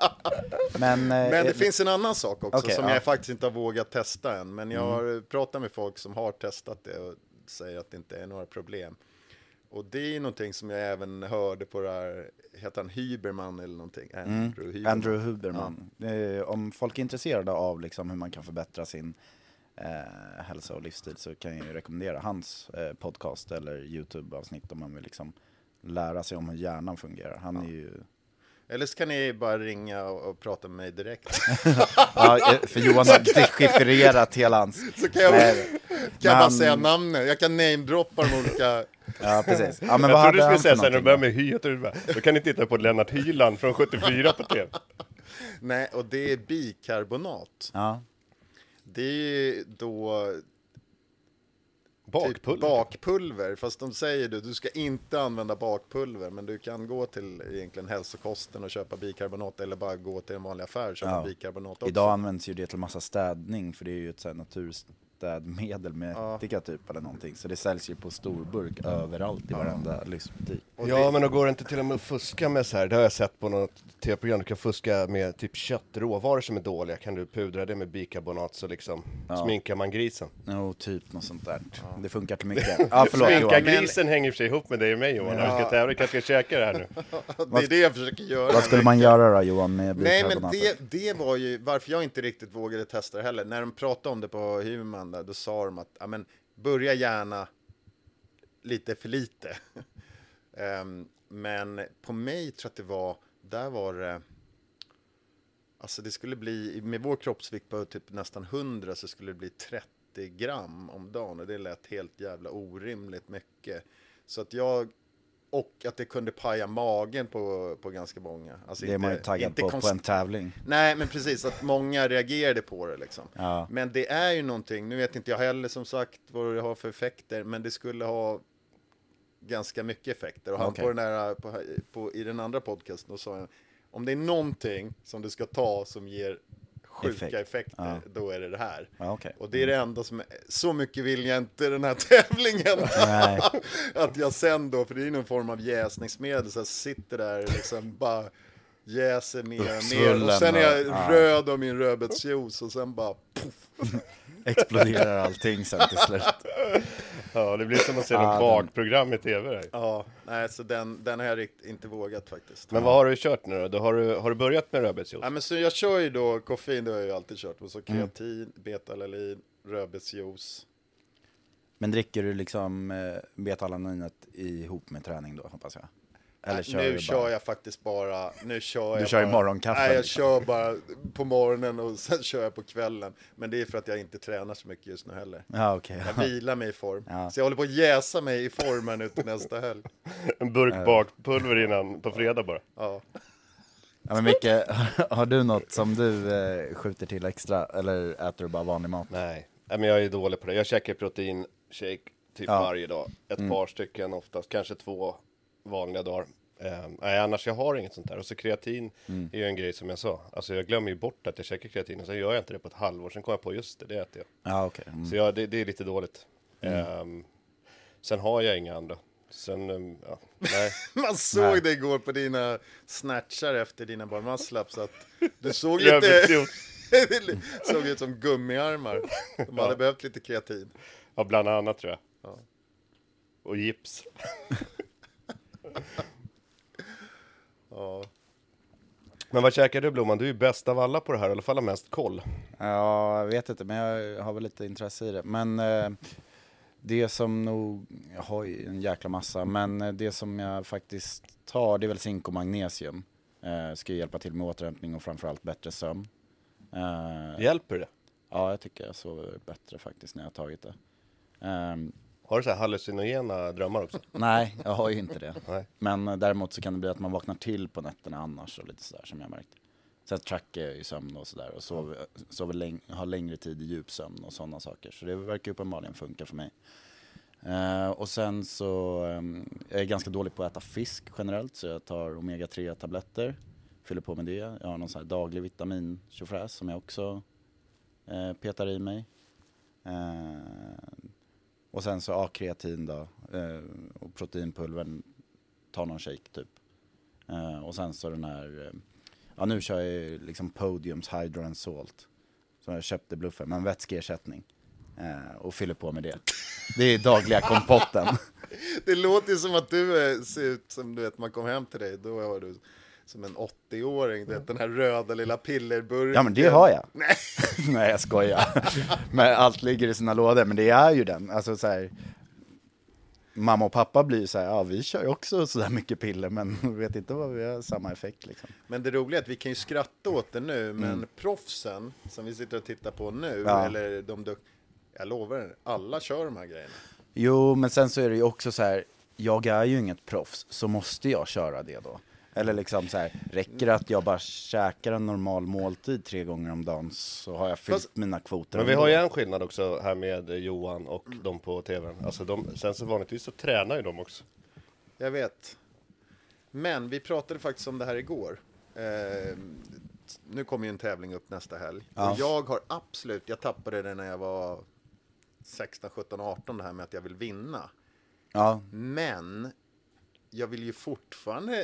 Men det finns en annan sak också som jag faktiskt inte har vågat testa än. Men jag har pratat med folk som har testat det och säger att det inte är några problem. Och det är någonting som jag även hörde på det här, heter han Huberman eller någonting? Andrew Huberman. Ja. Om folk är intresserade av liksom hur man kan förbättra sin hälsa och livsstil så kan jag ju rekommendera hans podcast eller YouTube-avsnitt om man vill liksom lära sig om hur hjärnan fungerar. Han är ju... Eller så kan ni bara ringa och prata med mig direkt. För Johan har dechiffrerat hela hans... Så kan jag bara säga namnet. Jag kan namedroppa de olika... Ja, precis. Ja, men jag vad trodde du hade skulle han säga för sen när du börjar med Hy. Då kan ni titta på Lennart Hyland från 74 på TV. Nej, och det är bikarbonat. Ja. Det är då... Bakpulver. Typ bakpulver, fast de säger du ska inte använda bakpulver, men du kan gå till egentligen hälsokosten och köpa bikarbonat eller bara gå till en vanlig affär och köpa bikarbonat också. Idag används ju det till massa städning för det är ju ett så här naturstädmedel med ättika typ eller någonting. Så det säljs ju på storburk överallt i varenda livsbutik. Ja, men då går det inte till och med att fuska med så här. Det har jag sett på något tv-program. Du kan fuska med typ köttråvaror som är dåliga. Kan du pudra det med bikarbonat så liksom sminkar man grisen. Jo, typ något sånt där. Det funkar till mycket. Förlåt, sminka grisen hänger i sig ihop med dig och mig, Johan. Jag ska tävla, kanske ska käka det här nu. Det är det jag försöker göra. Vad skulle man göra då, Johan, med bikarbonat? Nej, men det var ju varför jag inte riktigt vågade testa det heller. När de pratade om det på Human där, då sa de att börja gärna lite för lite. Men på mig tror jag att där var det, alltså det skulle bli, med vår kroppsvikt på typ nästan 100 så skulle det bli 30 gram om dagen och det lät helt jävla orimligt mycket. Så att och att det kunde paja magen på ganska många. Alltså det är man ju taggad på en tävling. Nej, men precis, att många reagerade på det liksom. Ja. Men det är ju någonting, nu vet inte jag heller som sagt vad det har för effekter, men det skulle ha ganska mycket effekter. Och han på den här, i den andra podcasten då sa jag, om det är någonting som du ska ta som ger sjuka effekter, då är det här. Och det är det enda som så mycket vill jag inte den här tävlingen. Att jag sen då, för det är någon form av jäsningsmedel, så jag sitter där liksom bara jäser mer och mer. Och sen är jag röd av min rödbetsjuice och sen bara puff. Exploderar allting sen till slut. Ja, det blir som att se något bakprogram i tv där. Ja, nej, så den har jag inte vågat faktiskt. Men vad har du kört nu då? Har du börjat med rödbetsjuice? Ja, men så jag kör ju då koffein, det har jag ju alltid kört. Och så kreatin, beta-alanin, rödbetsjuice. Men dricker du liksom beta-alaninet ihop med träning då, hoppas jag? Eller nu kör jag faktiskt bara... Du kör i morgonkaffe? Nej, jag kör bara på morgonen och sen kör jag på kvällen. Men det är för att jag inte tränar så mycket just nu heller. Ja, okay. Jag vilar mig i form. Ja. Så jag håller på att jäsa mig i formen ut till nästa helg. En burk bakpulver innan på fredag bara. Ja. Ja, men Micke, har du något som du skjuter till extra? Eller äter du bara vanlig mat? Nej, men jag är dålig på det. Jag käkar proteinshake typ varje dag. Ett par stycken oftast, kanske 2 vanliga dagar. Annars jag har inget sånt där. Och så kreatin är ju en grej som jag sa. Alltså jag glömmer ju bort att jag käkar kreatin och sen gör jag inte det på ett halvår. Sen kommer jag på just det äter jag. Ja, okay. Så det är lite dåligt. Sen har jag inga andra. Sen, nej. Man såg det igår på dina snatchar efter dina barmuscle-ups att du såg lite såg ut som gummiarmar. De hade behövt lite kreatin. Ja, bland annat tror jag. Ja. Och gips. Ja. Men vad käkar du, Blomman? Du är ju bäst av alla på det här, i alla fall har mest koll. Ja, jag vet inte, men jag har väl lite intresse i det. Men det som nog, jag har ju en jäkla massa, men det som jag faktiskt tar, det är väl zink och magnesium. Ska hjälpa till med återhämtning och framförallt bättre sömn. Hjälper det? Ja, jag tycker jag sover bättre faktiskt när jag har tagit det. Har du så här hallucinogena drömmar också? Nej, jag har ju inte det. Nej. Men däremot så kan det bli att man vaknar till på nätterna annars och lite sådär som jag märkt. Sen trackar jag i sömn och sådär och har längre tid i djupsömn och sådana saker. Så det verkar uppenbarligen funka för mig. Och sen så jag är ganska dålig på att äta fisk generellt, så jag tar omega-3-tabletter, fyller på med det. Jag har någon sån här daglig vitamin-tjofräs som jag också petar i mig. Och sen så kreatin då, och proteinpulver, tar någon shake typ. Och sen så den här, nu kör jag liksom Podiums Hydro and Salt. Så jag köpte bluffen, men vätskeersättning. Och fyller på med det. Det är dagliga kompotten. Det låter som att du ser ut som, du vet, man kom hem till dig, då var du som en 80-åring, du vet, den här röda lilla pillerburken. Ja, men det har jag. Nej. Nej, jag skojar. Men allt ligger i sina lådor, men det är ju den. Alltså så här, mamma och pappa blir så här, ja, vi kör ju också så där mycket piller, men vet inte vad vi har samma effekt liksom. Men det roliga är att vi kan ju skratta åt det nu, men proffsen som vi sitter och tittar på nu, eller jag lovar, alla kör de här grejerna. Jo, men sen så är det ju också så här, jag är ju inget proffs, så måste jag köra det då. Eller liksom så här, räcker det att jag bara käkar en normal måltid 3 gånger om dagen, så har jag fyllt mina kvoter. Men vi har ju en skillnad också här med Johan och de på tvn. Alltså sen så vanligtvis så tränar ju de också. Jag vet. Men vi pratade faktiskt om det här igår. Nu kommer ju en tävling upp nästa helg. Ja. Och jag har jag tappade det när jag var 16, 17, 18, det här med att jag vill vinna. Ja. Men jag vill ju fortfarande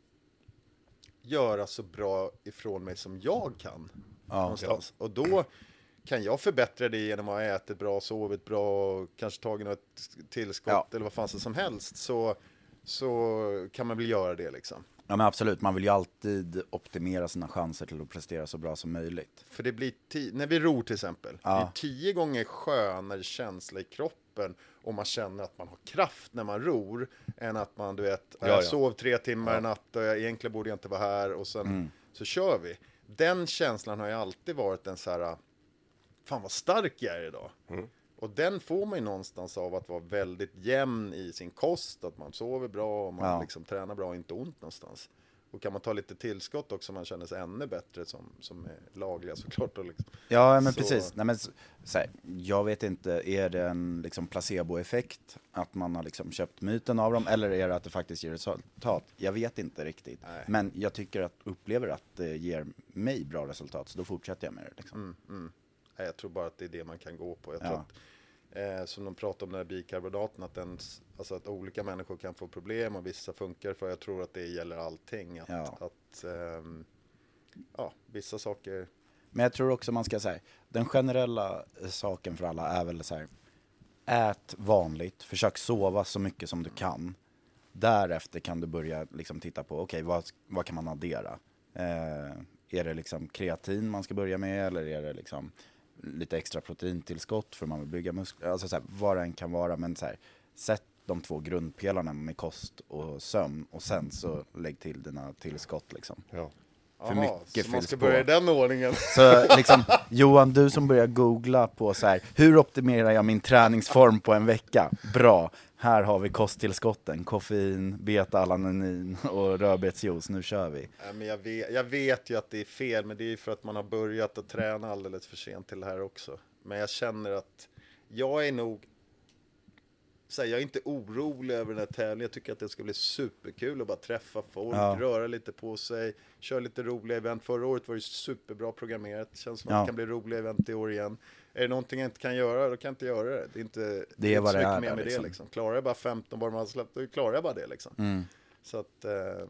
göra så bra ifrån mig som jag kan. Någonstans. Och då kan jag förbättra det genom att ha ätit bra, sovit bra och kanske tagit något tillskott eller vad fan som helst. Så kan man väl göra det liksom. Ja, men absolut, man vill ju alltid optimera sina chanser till att prestera så bra som möjligt. För det blir när vi ror till exempel, det är 10 gånger skönare känsla i kroppen om man känner att man har kraft när man ror, än att man, du vet, jag sov 3 timmar i natt och egentligen borde jag inte vara här, och sen så kör vi. Den känslan har ju alltid varit en så här, fan vad stark jag är idag. Och den får man ju någonstans av att vara väldigt jämn i sin kost, att man sover bra och man liksom tränar bra och inte ont någonstans. Och kan man ta lite tillskott också, man känner sig ännu bättre som är lagliga såklart. Och liksom. Ja, men precis. Nej, men, så här, jag vet inte, är det en liksom placeboeffekt att man har liksom köpt myten av dem, eller är det att det faktiskt ger resultat? Jag vet inte riktigt. Nej. Men jag upplever att det ger mig bra resultat, så då fortsätter jag med det. Liksom. Jag tror bara att det är det man kan gå på. Jag tror att, som de pratar om den här bikarbonaten, att olika människor kan få problem och vissa funkar, för jag tror att det gäller allting. Vissa saker. Men jag tror också man ska säga, den generella saken för alla är väl så här: ät vanligt, försök sova så mycket som du kan. Därefter kan du börja liksom titta på, okej, vad kan man addera? Är det liksom kreatin man ska börja med, eller är det liksom lite extra proteintillskott för man vill bygga muskler? Alltså så här, vad det än kan vara, men så här, sätt de 2 grundpelarna med kost och sömn, och sen så lägg till dina tillskott liksom. Ja. För mycket så man ska börja i den ordningen. Så liksom, Johan, du som börjar googla på så här, hur optimerar jag min träningsform på en vecka? Bra, här har vi kosttillskotten, koffein, beta-alanin och rödbetsjuice, nu kör vi. Men jag vet ju att det är fel, men det är för att man har börjat att träna alldeles för sent till det här också. Men jag känner att jag är nog, så här, jag är inte orolig över den här tävlingen. Jag tycker att det ska bli superkul att bara träffa folk, röra lite på sig, köra lite roliga event. Förra året var det superbra programmerat. Det känns som att det kan bli roliga event i år igen. Är det någonting jag inte kan göra, då kan jag inte göra det. Det är inte vad det är mer med liksom. Det liksom. Klarar jag bara 15 bara man släppt, då klarar jag bara det liksom. Så att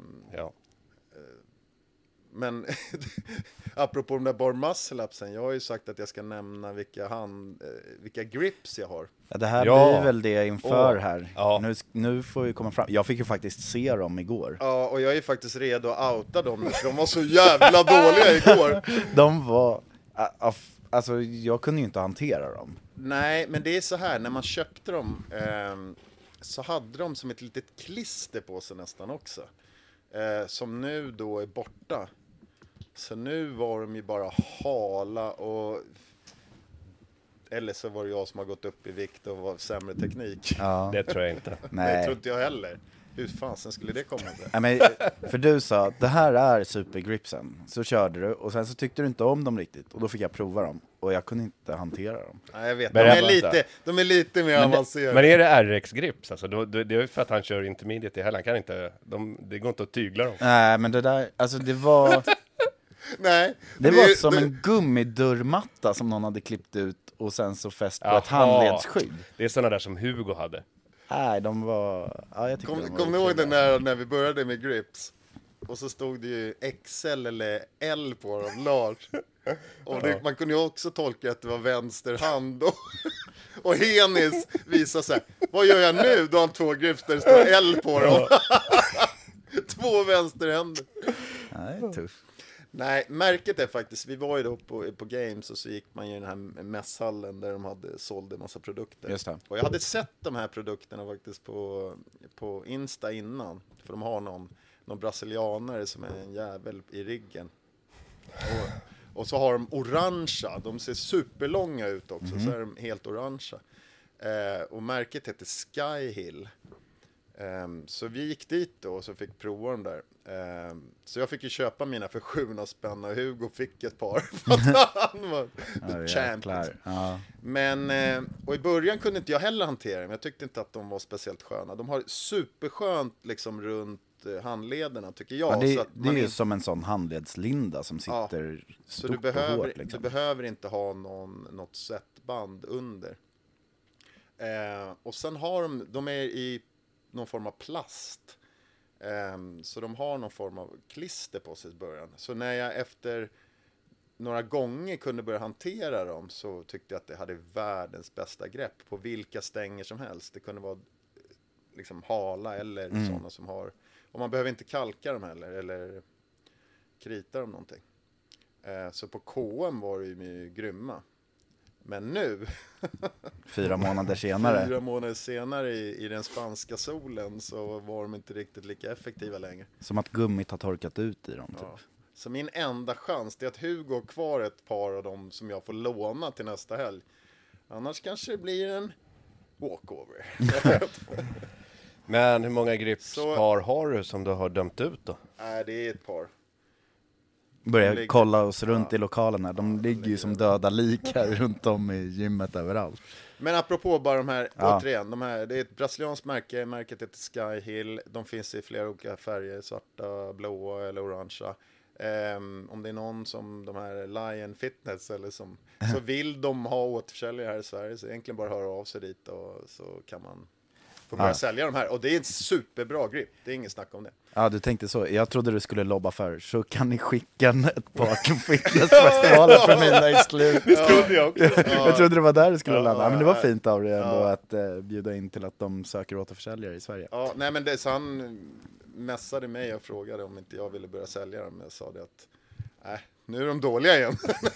men apropå de där bar muscle-upsen, jag har ju sagt att jag ska nämna vilka grips jag har. Ja, det här blir väl det inför här. Ja. Nu får vi komma fram. Jag fick ju faktiskt se dem igår. Ja, och jag är faktiskt redo att outa dem, för de var så jävla dåliga igår. De var, alltså jag kunde ju inte hantera dem. Nej, men det är så här, när man köpte dem så hade de som ett litet klister på sig nästan också. Som nu då är borta. Så nu var de ju bara hala och Eller så var det jag som har gått upp i vikt och var sämre teknik. Ja. Det tror jag inte. Nej. Det tror inte jag heller. Hur fan sen skulle det komma sig? Nej, men, för du sa att det här är supergripsen. Så körde du och sen så tyckte du inte om dem riktigt. Och då fick jag prova dem. Och jag kunde inte hantera dem. Nej, jag vet. Men De är lite mer avancerade. Men är det RX-grips? Alltså, det är för att han kör intermediate i helgen. Han kan inte, det går inte att tygla dem. Nej, men det där, alltså det var... Nej. Det var som en gummidörrmatta som någon hade klippt ut och sen så fäst på ett handledsskydd. Det är sådana där som Hugo hade. Nej, de var... Ja, jag tyckte Kom ni ihåg den när vi började med grips? Och så stod det ju XL eller L på dem, large. Och man kunde ju också tolka att det var vänsterhand. Och Henis visade så här, vad gör jag nu? Då har han 2 grips där det står L på dem. 2 vänsterhänder. Nej, tuff. Nej, märket är faktiskt, vi var ju då på Games och så gick man i den här mässhallen där de sålde en massa produkter. Just det. Och jag hade sett de här produkterna faktiskt på Insta innan. För de har någon brasilianare som är en jävel i ryggen. Och så har de orangea, de ser superlånga ut också, så är de helt orangea. Och märket heter Skyhill. Så vi gick dit då och så fick prova dem där. Så jag fick ju köpa mina för 700 spänn och Hugo fick ett par. För att han var champ. Ja. Men, och i början kunde inte jag heller hantera dem. Jag tyckte inte att de var speciellt sköna. De har superskönt liksom runt handlederna tycker jag. Ja, så att det är ju som en sån handledslinda som sitter så stort och hårt. Liksom. du behöver inte ha något setband under. Och sen har de är i någon form av plast. Så de har någon form av klister på sig i början. Så när jag efter några gånger kunde börja hantera dem så tyckte jag att det hade världens bästa grepp på vilka stänger som helst. Det kunde vara liksom hala eller sådana som har... Och man behöver inte kalka dem heller eller krita dem någonting. Så på KM var det ju grymma. Men nu 4 månader senare 4 månader senare i den spanska solen så var de inte riktigt lika effektiva längre. som att gummit har torkat ut i dem typ. Ja. Så min enda chans är att Hugo har kvar ett par av dem som jag får låna till nästa helg. Annars kanske det blir en walkover. Men hur många gripspar har du som du har dömt ut då? Nej, det är ett par. Börjar kolla oss runt i lokalen här. De ligger ju som döda lik här runt om i gymmet överallt. Men apropå bara de här, återigen, det är ett brasilianskt märke, märket heter Skyhill. De finns i flera olika färger, svarta, blåa eller orangea. Om det är någon som de här Lion Fitness eller så vill de ha återförsäljare här i Sverige så egentligen bara höra av sig dit och så kan man få börja sälja de här. Och det är en superbra grip, det är ingen snack om det. Ja, du tänkte så. Jag trodde du skulle lobba för så kan ni skicka ett par till fitnessfestivalen för mina i slut. Det trodde jag också. Jag trodde det var där du skulle landa. Men det var fint av dig ändå att bjuda in till att de söker återförsäljare i Sverige. Ja, nej men så han mässade mig och frågade om inte jag ville börja sälja dem. Jag sa det att nu är de dåliga igen.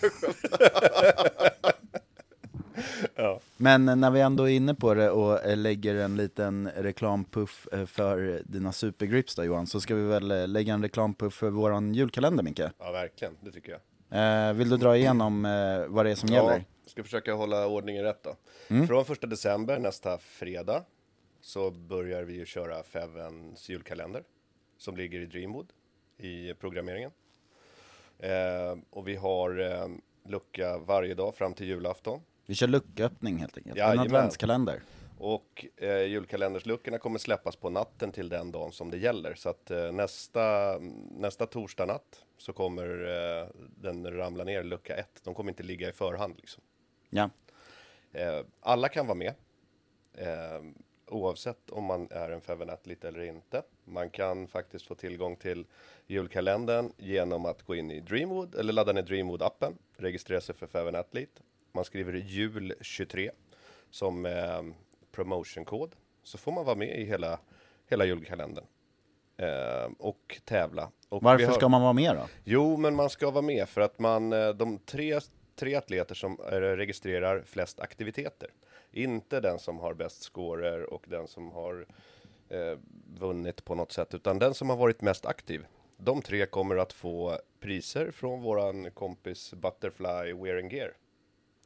Ja. Men när vi ändå är inne på det och lägger en liten reklampuff för dina supergrips då, Johan, så ska vi väl lägga en reklampuff för våran julkalender, Minke? Ja, verkligen. Det tycker jag. Vill du dra igenom vad det är som gäller? Jag ska försöka hålla ordningen rätt då. Från 1 december, nästa fredag, så börjar vi ju köra Fevens julkalender som ligger i Dreamwood i programmeringen. Och vi har lucka varje dag fram till julafton. Vi kör lucköppning helt enkelt. Ja, en adventskalender. Och julkalendersluckorna kommer släppas på natten till den dagen som det gäller. Så att nästa torsdag natt så kommer den ramla ner lucka 1. De kommer inte ligga i förhand liksom. Ja. Alla kan vara med. Oavsett om man är en Feven-athlete eller inte. Man kan faktiskt få tillgång till julkalendern genom att gå in i Dreamwood eller ladda ner Dreamwood-appen. Registrera sig för Feven-athlete. Man skriver jul 23 som promotion-kod. Så får man vara med i hela julkalendern. Och tävla. Och varför ska man vara med då? Jo, men man ska vara med för att de tre atleter som registrerar flest aktiviteter. Inte den som har bäst scorer och den som har vunnit på något sätt. Utan den som har varit mest aktiv. De 3 kommer att få priser från våran kompis Butterfly Wear and Gear.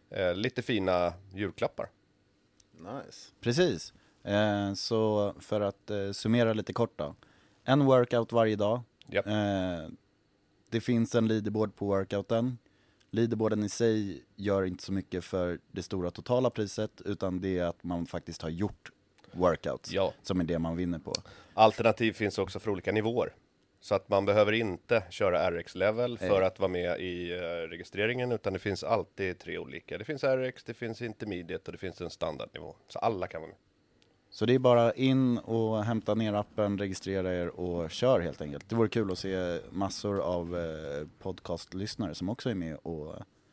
lite fina julklappar. Nice. Precis. Så för att summera lite kort då. En workout varje dag. Yep. Det finns en leaderboard på workouten. Leaderboarden i sig gör inte så mycket för det stora totala priset, utan det är att man faktiskt har gjort workouts som är det man vinner på. Alternativ finns också för olika nivåer. Så att man behöver inte köra RX-level för att vara med i registreringen, utan det finns alltid 3 olika. Det finns RX, det finns intermediate och det finns en standardnivå. Så alla kan vara med. Så det är bara in och hämta ner appen, registrera er och kör helt enkelt. Det vore kul att se massor av podcastlyssnare som också är med och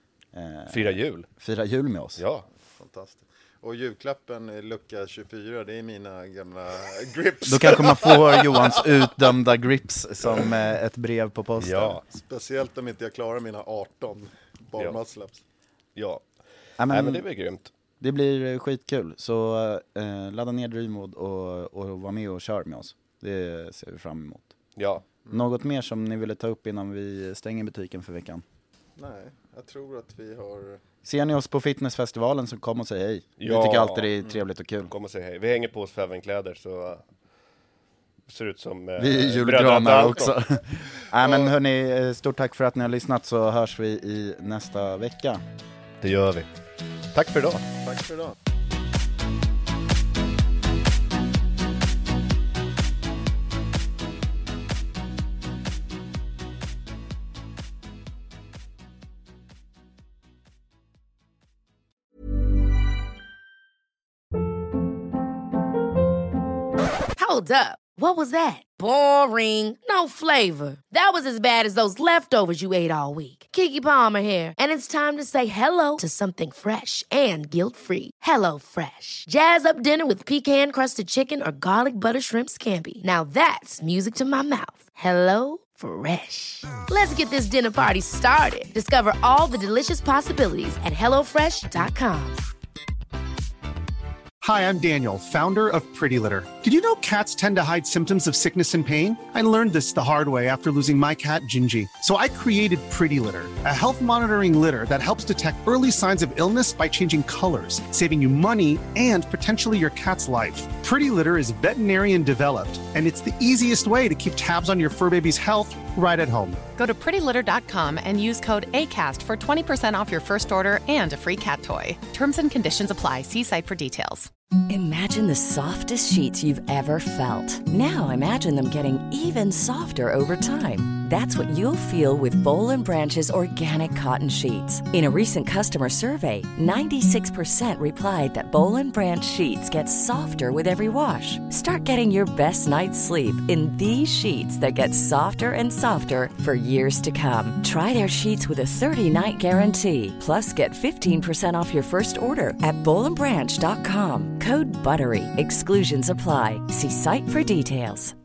fira jul med oss. Ja, fantastiskt. Och julklappen i lucka 24, det är mina gamla grips. Då kanske man får Johans utdömda grips som ett brev på posten. Ja, speciellt om inte jag klarar mina 18 barnmatslaps. Ja. Nej, men det blir grymt. Det blir skitkul, så ladda ner Dreamwood och var med och kör med oss. Det ser vi fram emot. Ja. Något mer som ni ville ta upp innan vi stänger butiken för veckan? Nej, jag tror att vi har... Ser ni oss på fitnessfestivalen så kom och säg hej. Ja. Vi tycker alltid det är trevligt och kul. Kom och säg hej. Vi hänger på oss Fevenkläder så ser ut som vi är julgranar också. Nej, men hörni, stort tack för att ni har lyssnat, så hörs vi i nästa vecka. Det gör vi. Tack för idag. Tack för idag. Hold up. What was that? Boring. No flavor. That was as bad as those leftovers you ate all week. Keke Palmer here, and it's time to say hello to something fresh and guilt-free. Hello Fresh. Jazz up dinner with pecan-crusted chicken or garlic butter shrimp scampi. Now that's music to my mouth. Hello Fresh. Let's get this dinner party started. Discover all the delicious possibilities at hellofresh.com. Hi, I'm Daniel, founder of Pretty Litter. Did you know cats tend to hide symptoms of sickness and pain? I learned this the hard way after losing my cat, Gingy. So I created Pretty Litter, a health monitoring litter that helps detect early signs of illness by changing colors, saving you money and potentially your cat's life. Pretty Litter is veterinarian developed, and it's the easiest way to keep tabs on your fur baby's health right at home. Go to prettylitter.com and use code ACAST for 20% off your first order and a free cat toy. Terms and conditions apply. See site for details. Imagine the softest sheets you've ever felt. Now imagine them getting even softer over time. That's what you'll feel with Boll & Branch's organic cotton sheets. In a recent customer survey, 96% replied that Boll & Branch sheets get softer with every wash. Start getting your best night's sleep in these sheets that get softer and softer for years to come. Try their sheets with a 30-night guarantee. Plus, get 15% off your first order at bollandbranch.com. Code BUTTERY. Exclusions apply. See site for details.